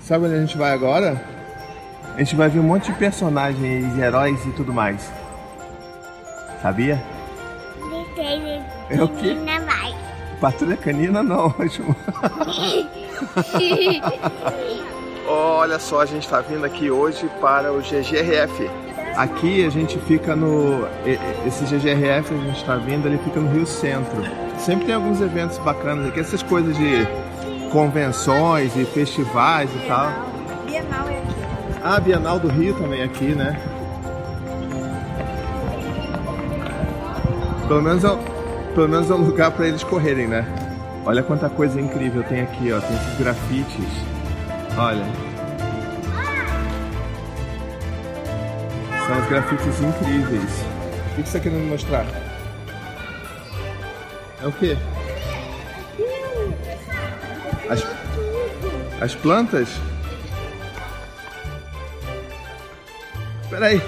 Sabe onde a gente vai agora? A gente vai ver um monte de personagens, heróis e tudo mais. Sabia? É o quê? Vai. Patrulha Canina não. Olha só, a gente está vindo aqui hoje para o GGRF. Aqui a gente fica no... Esse GGRF a gente está vindo, ele fica no Rio Centro. Sempre tem alguns eventos bacanas aqui, essas coisas de convenções e festivais e tal. Bienal é aqui. Ah, a Bienal do Rio também é aqui, né? Pelo menos é um lugar para eles correrem, né? Olha quanta coisa incrível tem aqui, ó. Tem esses grafites. Olha. São os grafites incríveis. O que você está querendo mostrar? É o quê? As plantas? Espera aí.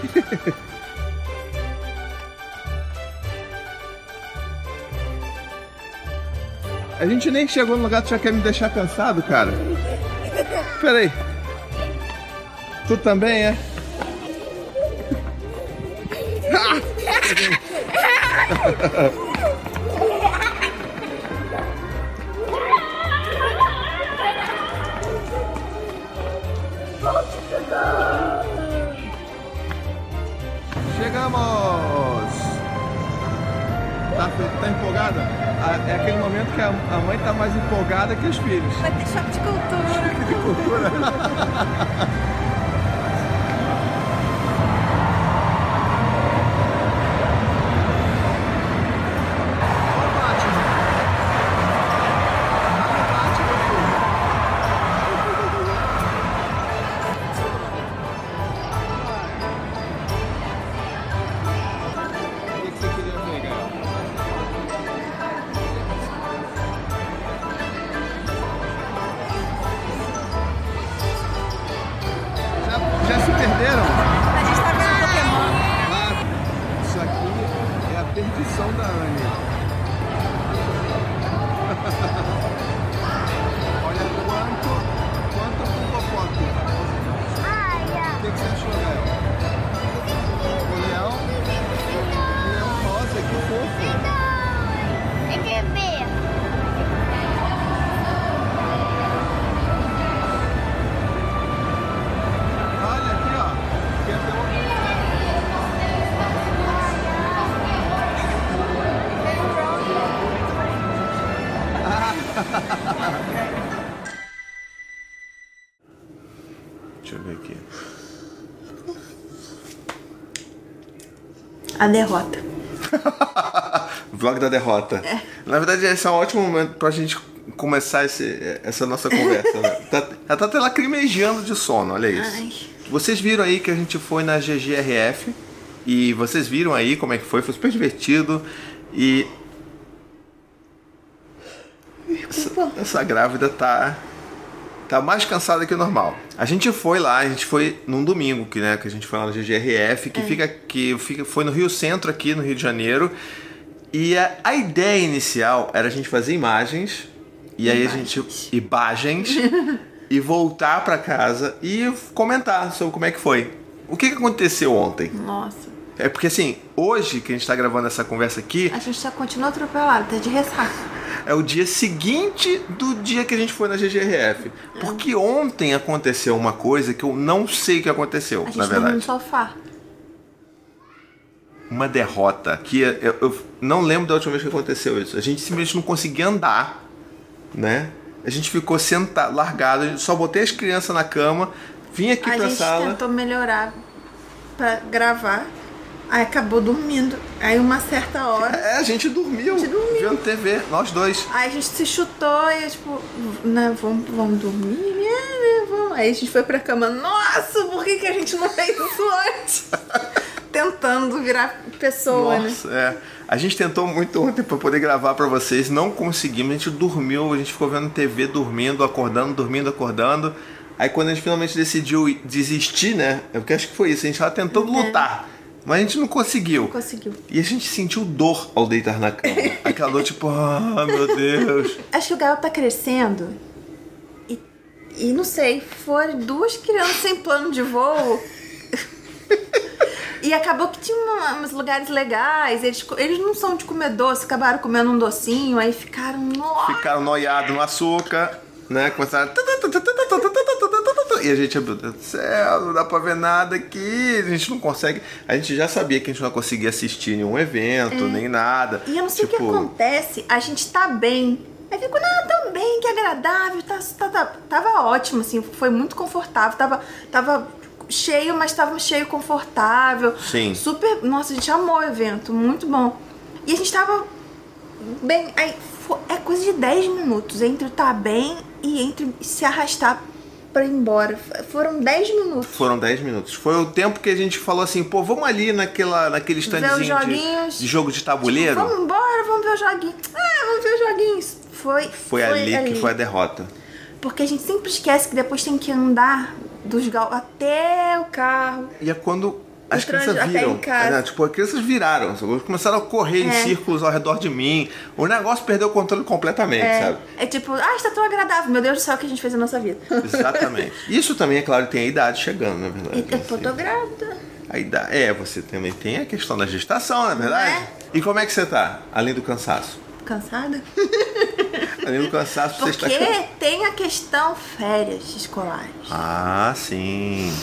A gente nem chegou no lugar, tu já quer me deixar cansado, cara? Espera aí. Tu também é? Chegamos! Tá empolgada? É aquele momento que a mãe tá mais empolgada que os filhos. Vai ter choque de cultura. Choque de cultura. Já se perderam? A gente tá vendo Pokémon. Ah, isso aqui é a perdição da Anne. Olha quanto fofoca. O que você achou, Gael? O leão? O leão rosa, que fofo. É bebê. Olha aqui, ó. Quer ter Deixa eu ver aqui. A derrota. Vlog da derrota. É. Na verdade, esse é um ótimo momento pra gente começar essa nossa conversa. Né? Ela tá até lacrimejando de sono, olha isso. Ai. Vocês viram aí que a gente foi na GGRF e vocês viram aí como é que foi super divertido e essa grávida tá mais cansada que o normal. A gente foi lá, a gente foi num domingo que a gente foi lá no GGRF, foi no Rio Centro aqui no Rio de Janeiro. E a ideia inicial era a gente fazer imagens e voltar pra casa e comentar sobre como é que foi. O que aconteceu ontem? Nossa. É porque assim, hoje que a gente tá gravando essa conversa aqui, A gente já continua atropelado, tá de ressaca. é o dia seguinte do dia que a gente foi na GGRF. Porque ontem aconteceu uma coisa que eu não sei o que aconteceu, A gente na dormiu no verdade. sofá. Uma derrota que eu não lembro da última vez que aconteceu isso. A gente simplesmente não conseguia andar, né? A gente ficou sentado, largado, só botei as crianças na cama, vim aqui A pra gente sala. tentou melhorar pra gravar, aí acabou dormindo. Aí uma certa hora, A gente dormiu, vendo TV, nós dois. aí a gente se chutou e tipo, né, vamos dormir, né, vamos. Aí a gente foi pra cama, nossa, por que a gente não fez isso antes? Tentando virar pessoa, Nossa, né? A gente tentou muito ontem pra poder gravar pra vocês, não conseguimos, a gente dormiu, a gente ficou vendo TV, dormindo, acordando. Aí quando a gente finalmente decidiu desistir, né? Porque acho que foi isso, a gente tava tentando lutar, mas a gente não conseguiu. Não conseguiu. E a gente sentiu dor ao deitar na cama. Aquela dor tipo, meu Deus. Acho que o Gael tá crescendo E não sei, foram 2 crianças sem plano de voo. E acabou que tinha uns lugares legais. Eles não são de comer doce, acabaram comendo um docinho, aí ficaram... Ficaram noiados no açúcar, né? Começaram... E a gente, meu Deus do céu, não dá pra ver nada aqui. A gente não consegue... A gente já sabia que a gente não conseguia assistir nenhum evento, nem nada. E eu não sei o que acontece, a gente tá bem. Aí ficou, não, tá bem, que agradável. Tava ótimo, assim, foi muito confortável. Tava cheio, mas tava cheio confortável. Sim. Super, nossa, a gente amou o evento, muito bom. E a gente tava bem, aí é coisa de 10 minutos entre tá bem e entre se arrastar pra ir embora. Foram 10 minutos. Foram 10 minutos. Foi o tempo que a gente falou assim, pô, vamos ali naquele standzinho de jogo de tabuleiro. Tipo, vamos embora, vamos ver os joguinhos. Vamos ver os joguinhos. Foi ali que foi a derrota. Porque a gente sempre esquece que depois tem que andar dos galpos até o carro. E é quando as crianças viram. Tipo, as crianças viraram. Começaram a correr em círculos ao redor de mim. O negócio perdeu o controle completamente, sabe? É tipo, está tão agradável. Meu Deus do céu, o que a gente fez na nossa vida. Exatamente. Isso também, é claro, tem a idade chegando, na verdade. Eu tô grávida. A idade, você também tem a questão da gestação, na verdade. E como é que você tá, além do cansaço? Cansada? Além do cansaço, você está... Porque tem a questão férias escolares. Ah, sim.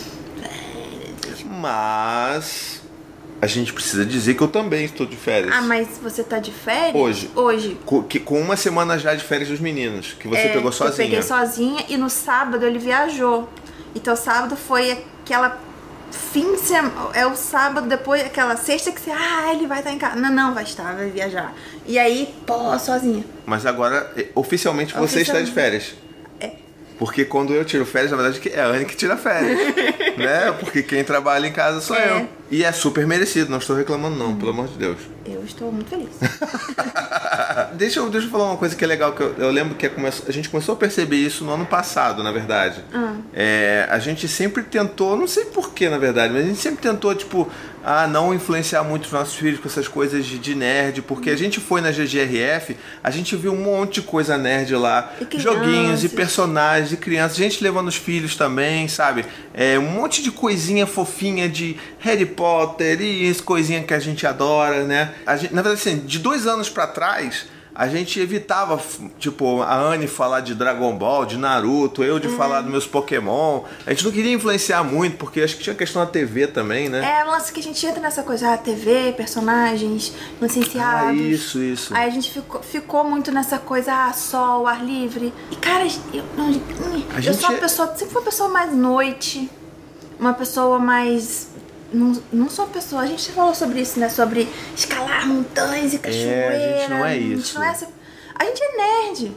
Mas a gente precisa dizer que eu também estou de férias. Ah, mas você tá de férias? Hoje. Com uma semana já de férias dos meninos, que você pegou sozinha. Eu peguei sozinha e no sábado ele viajou. Então sábado foi aquela fim de semana, é o sábado, depois aquela sexta que você, ele vai estar em casa. Não, vai viajar. E aí, sozinha. Mas agora, oficialmente você está de férias. Porque quando eu tiro férias, na verdade é a Anne que tira férias, né? Porque quem trabalha em casa sou eu. E é super merecido, não estou reclamando não, pelo amor de Deus. Eu estou muito feliz. Deixa eu falar uma coisa que é legal, que eu lembro que a gente começou a perceber isso no ano passado, na verdade. A gente sempre tentou, não sei porquê, na verdade, mas a gente sempre tentou, tipo, não influenciar muito os nossos filhos com essas coisas de nerd, porque a gente foi na GGRF, a gente viu um monte de coisa nerd lá, joguinhos e personagens e crianças, gente levando os filhos também, sabe? Um monte de coisinha fofinha de Harry Potter e coisinha que a gente adora, né? Na verdade, assim, de 2 anos pra trás, a gente evitava, tipo, a Anne falar de Dragon Ball, de Naruto, eu de falar dos meus Pokémon. A gente não queria influenciar muito, porque acho que tinha questão da TV também, né? Nossa, que a gente entra nessa coisa, TV, personagens, licenciados. Isso. Aí a gente ficou muito nessa coisa, sol, ar livre. E, cara, eu sou uma pessoa, sempre fui uma pessoa mais noite, uma pessoa mais... Não sou uma pessoa, a gente falou sobre isso, né? Sobre escalar montanhas e cachoeira. A gente não é isso. A gente é nerd.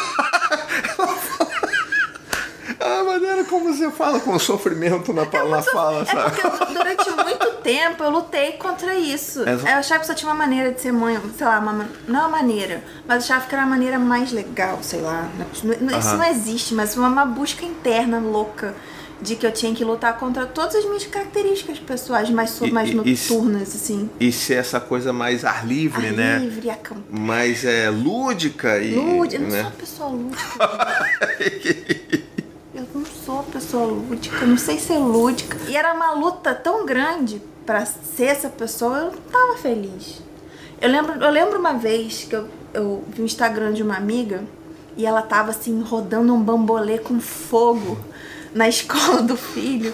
A maneira como você fala com sofrimento na fala, sabe? Porque durante muito tempo eu lutei contra isso. Eu achava que só tinha uma maneira de ser mãe, sei lá, não uma maneira, mas eu achava que era uma maneira mais legal, sei lá. Isso não existe, mas uma busca interna louca de que eu tinha que lutar contra todas as minhas características pessoais mais noturnas, assim. E ser essa coisa mais ar livre, né? Ar livre, acampar. Mais lúdica e... Lúdica, eu não sou uma pessoa lúdica. Eu não sou uma pessoa lúdica, não sei ser lúdica. E era uma luta tão grande pra ser essa pessoa, eu não tava feliz. Eu lembro uma vez que eu vi um Instagram de uma amiga e ela tava assim, rodando um bambolê com fogo na escola do filho.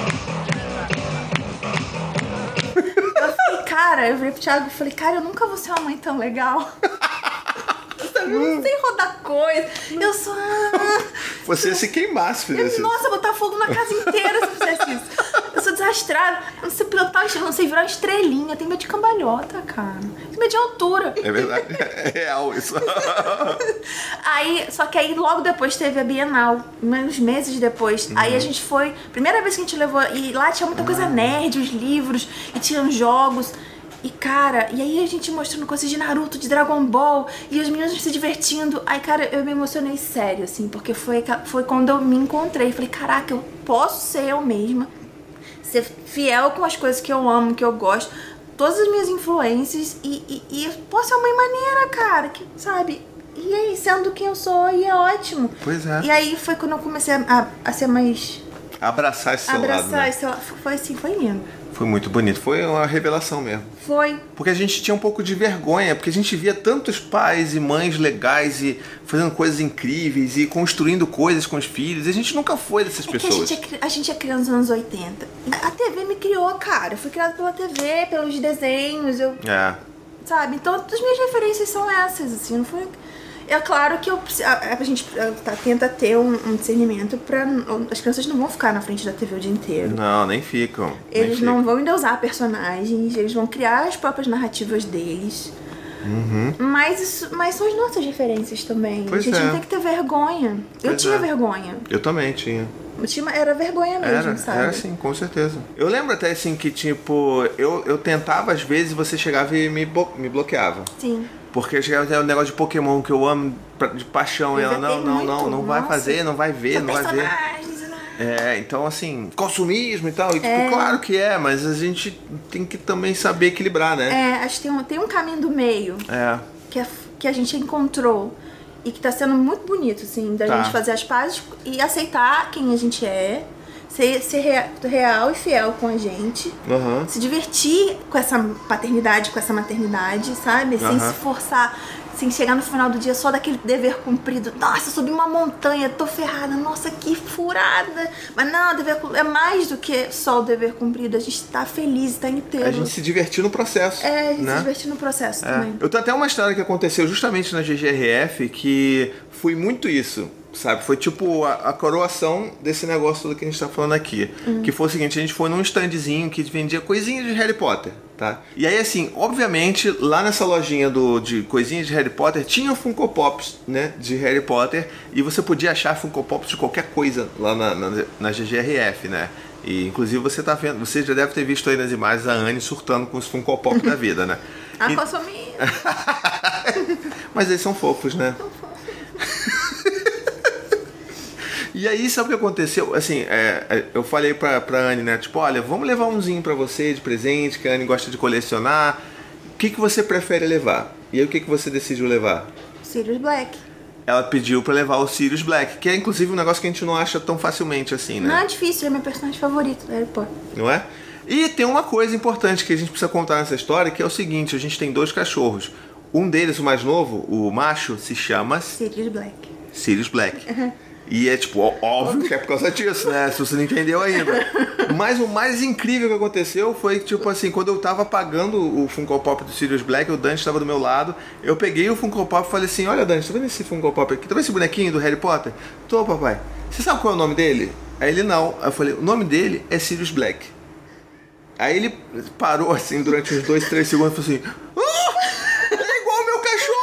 Eu virei pro Thiago e falei, cara, eu nunca vou ser uma mãe tão legal. Eu não sei rodar coisa. Eu sou... Você se queimasse, fizesse isso. Nossa, botar fogo na casa inteira se fizesse isso. Eu sou desastrada. Eu não sei pilotar, eu não sei virar uma estrelinha. Eu tenho medo de cambalhota, cara. Eu tenho medo de altura. É verdade. É real isso. Só que aí logo depois teve a Bienal. Uns meses depois. Aí a gente foi... Primeira vez que a gente levou... E lá tinha muita coisa nerd, os livros. E tinham jogos. E, cara, e aí a gente mostrando coisas de Naruto, de Dragon Ball, e os meninos se divertindo. Aí, cara, eu me emocionei sério, assim, porque foi quando eu me encontrei. Falei, caraca, eu posso ser eu mesma, ser fiel com as coisas que eu amo, que eu gosto, todas as minhas influências, e eu posso ser uma mãe maneira, cara, que, sabe? E aí, sendo quem eu sou, e é ótimo. Pois é. E aí foi quando eu comecei a ser mais... Abraçar esse seu lado, né? Esse lado. Foi assim, foi lindo. Foi muito bonito. Foi uma revelação mesmo. Foi. Porque a gente tinha um pouco de vergonha, porque a gente via tantos pais e mães legais e fazendo coisas incríveis e construindo coisas com os filhos. E a gente nunca foi dessas pessoas. A gente é criança dos anos 80. A TV me criou, cara. Eu fui criada pela TV, pelos desenhos. Sabe? Então, as minhas referências são essas, assim. Não foi... É claro que a gente tenta ter um discernimento pra... As crianças não vão ficar na frente da TV o dia inteiro. Não, nem ficam. Eles não vão endeusar personagens, eles vão criar as próprias narrativas deles. Uhum. Mas são as nossas referências também. Pois a gente é. não tem que ter vergonha. Eu tinha vergonha. Eu também tinha. Era vergonha mesmo, sabe? Era sim, com certeza. Eu lembro até assim que, tipo, eu tentava às vezes, você chegava e me bloqueava. Sim. Porque chegava o negócio de Pokémon que eu amo de paixão. E ela, não vai fazer, não vai ver, não vai ver. Então assim, consumismo e tal. E tipo, claro que mas a gente tem que também saber equilibrar, né? Acho que tem um caminho do meio que a gente encontrou. E que tá sendo muito bonito, assim, da gente fazer as pazes e aceitar quem a gente é. Ser real e fiel com a gente. Se divertir com essa paternidade, com essa maternidade, sabe? Sem se forçar, sem chegar no final do dia só daquele dever cumprido. Nossa, subi uma montanha, tô ferrada. Nossa, que furada. Mas não, é mais do que só o dever cumprido. A gente tá feliz, tá inteiro. A gente se divertir no processo. A gente se divertir no processo também. Eu tenho até uma história que aconteceu justamente na GGRF que foi muito isso. Sabe, foi tipo a coroação desse negócio todo que a gente tá falando aqui. Que foi o seguinte, a gente foi num standzinho que vendia coisinhas de Harry Potter, tá? E aí assim, obviamente, lá nessa lojinha de coisinhas de Harry Potter, tinha Funko Pops, né, de Harry Potter. E você podia achar Funko Pops de qualquer coisa lá na GGRF, né? E inclusive você tá vendo, você já deve ter visto aí nas imagens a Anne surtando com os Funko Pop da vida, né? Consumir. Mas eles são fofos, né? São fofos. E aí, sabe o que aconteceu? Assim, eu falei pra Anne, né? Tipo, olha, vamos levar umzinho pra você de presente, que a Anne gosta de colecionar. O que você prefere levar? E aí, o que você decidiu levar? Sirius Black. Ela pediu pra levar o Sirius Black, que é inclusive um negócio que a gente não acha tão facilmente assim, né? Não é difícil, é meu personagem favorito do Harry Potter. Não é? E tem uma coisa importante que a gente precisa contar nessa história, que é o seguinte, a gente tem 2 cachorros. Um deles, o mais novo, o macho, se chama... Sirius Black. Sirius Black. E é tipo, óbvio que é por causa disso, né? Se você não entendeu ainda. Mas o mais incrível que aconteceu foi que, tipo assim, quando eu tava pagando o Funko Pop do Sirius Black, o Dante estava do meu lado, eu peguei o Funko Pop e falei assim, olha Dante, tá vendo esse Funko Pop aqui? Tá vendo esse bonequinho do Harry Potter? Tô, papai. Você sabe qual é o nome dele? Aí ele não. Aí eu falei, o nome dele é Sirius Black. Aí ele parou assim durante uns 2, 3 segundos e falou assim, é igual o meu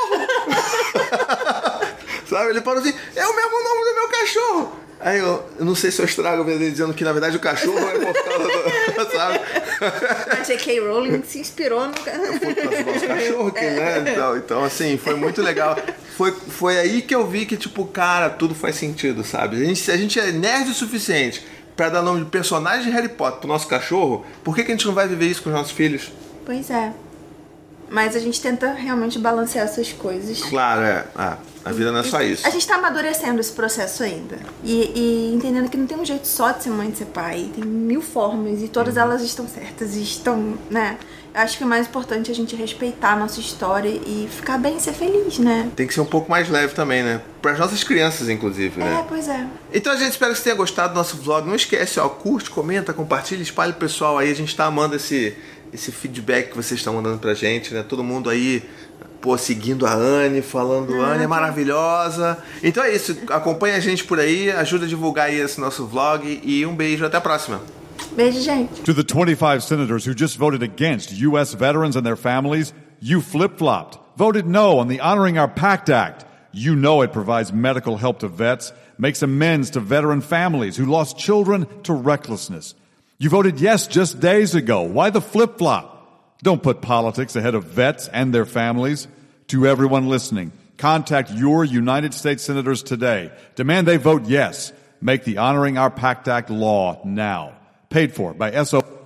cachorro! Sabe? Ele parou assim, é o mesmo nome do meu cachorro. Aí eu não sei se eu estrago a vida dele dizendo que na verdade o cachorro é por causa do, sabe? A J.K. Rowling se inspirou no nosso cachorro, que, né? Então, assim, foi muito legal. Foi aí que eu vi que, tipo, cara, tudo faz sentido, sabe? A gente é nerd o suficiente pra dar nome de personagem de Harry Potter pro nosso cachorro, por que a gente não vai viver isso com os nossos filhos? Pois é. Mas a gente tenta realmente balancear essas coisas. Claro, a vida não é só isso. A gente tá amadurecendo esse processo ainda. E entendendo que não tem um jeito só de ser mãe e de ser pai. Tem 1000 formas e todas elas estão certas e estão, né? Eu acho que o mais importante é a gente respeitar a nossa história e ficar bem e ser feliz, né? Tem que ser um pouco mais leve também, né? Para as nossas crianças, inclusive, né? Pois é. Então, gente, espero que você tenha gostado do nosso vlog. Não esquece, curte, comenta, compartilha, espalhe pro pessoal aí. A gente tá amando esse feedback que vocês estão mandando pra gente, né? Todo mundo aí, seguindo a Anne, falando, Anne é maravilhosa. Então é isso, acompanha a gente por aí, ajuda a divulgar aí esse nosso vlog e um beijo, até a próxima. Beijo, gente. To the 25 senators who just voted against U.S. veterans and their families, you flip-flopped, voted no on the Honoring Our Pact Act. You know it provides medical help to vets, makes amends to veteran families who lost children to recklessness. You voted yes just days ago. Why the flip-flop? Don't put politics ahead of vets and their families. To everyone listening, contact your United States senators today. Demand they vote yes. Make the Honoring Our Pact Act law now. Paid for by SO.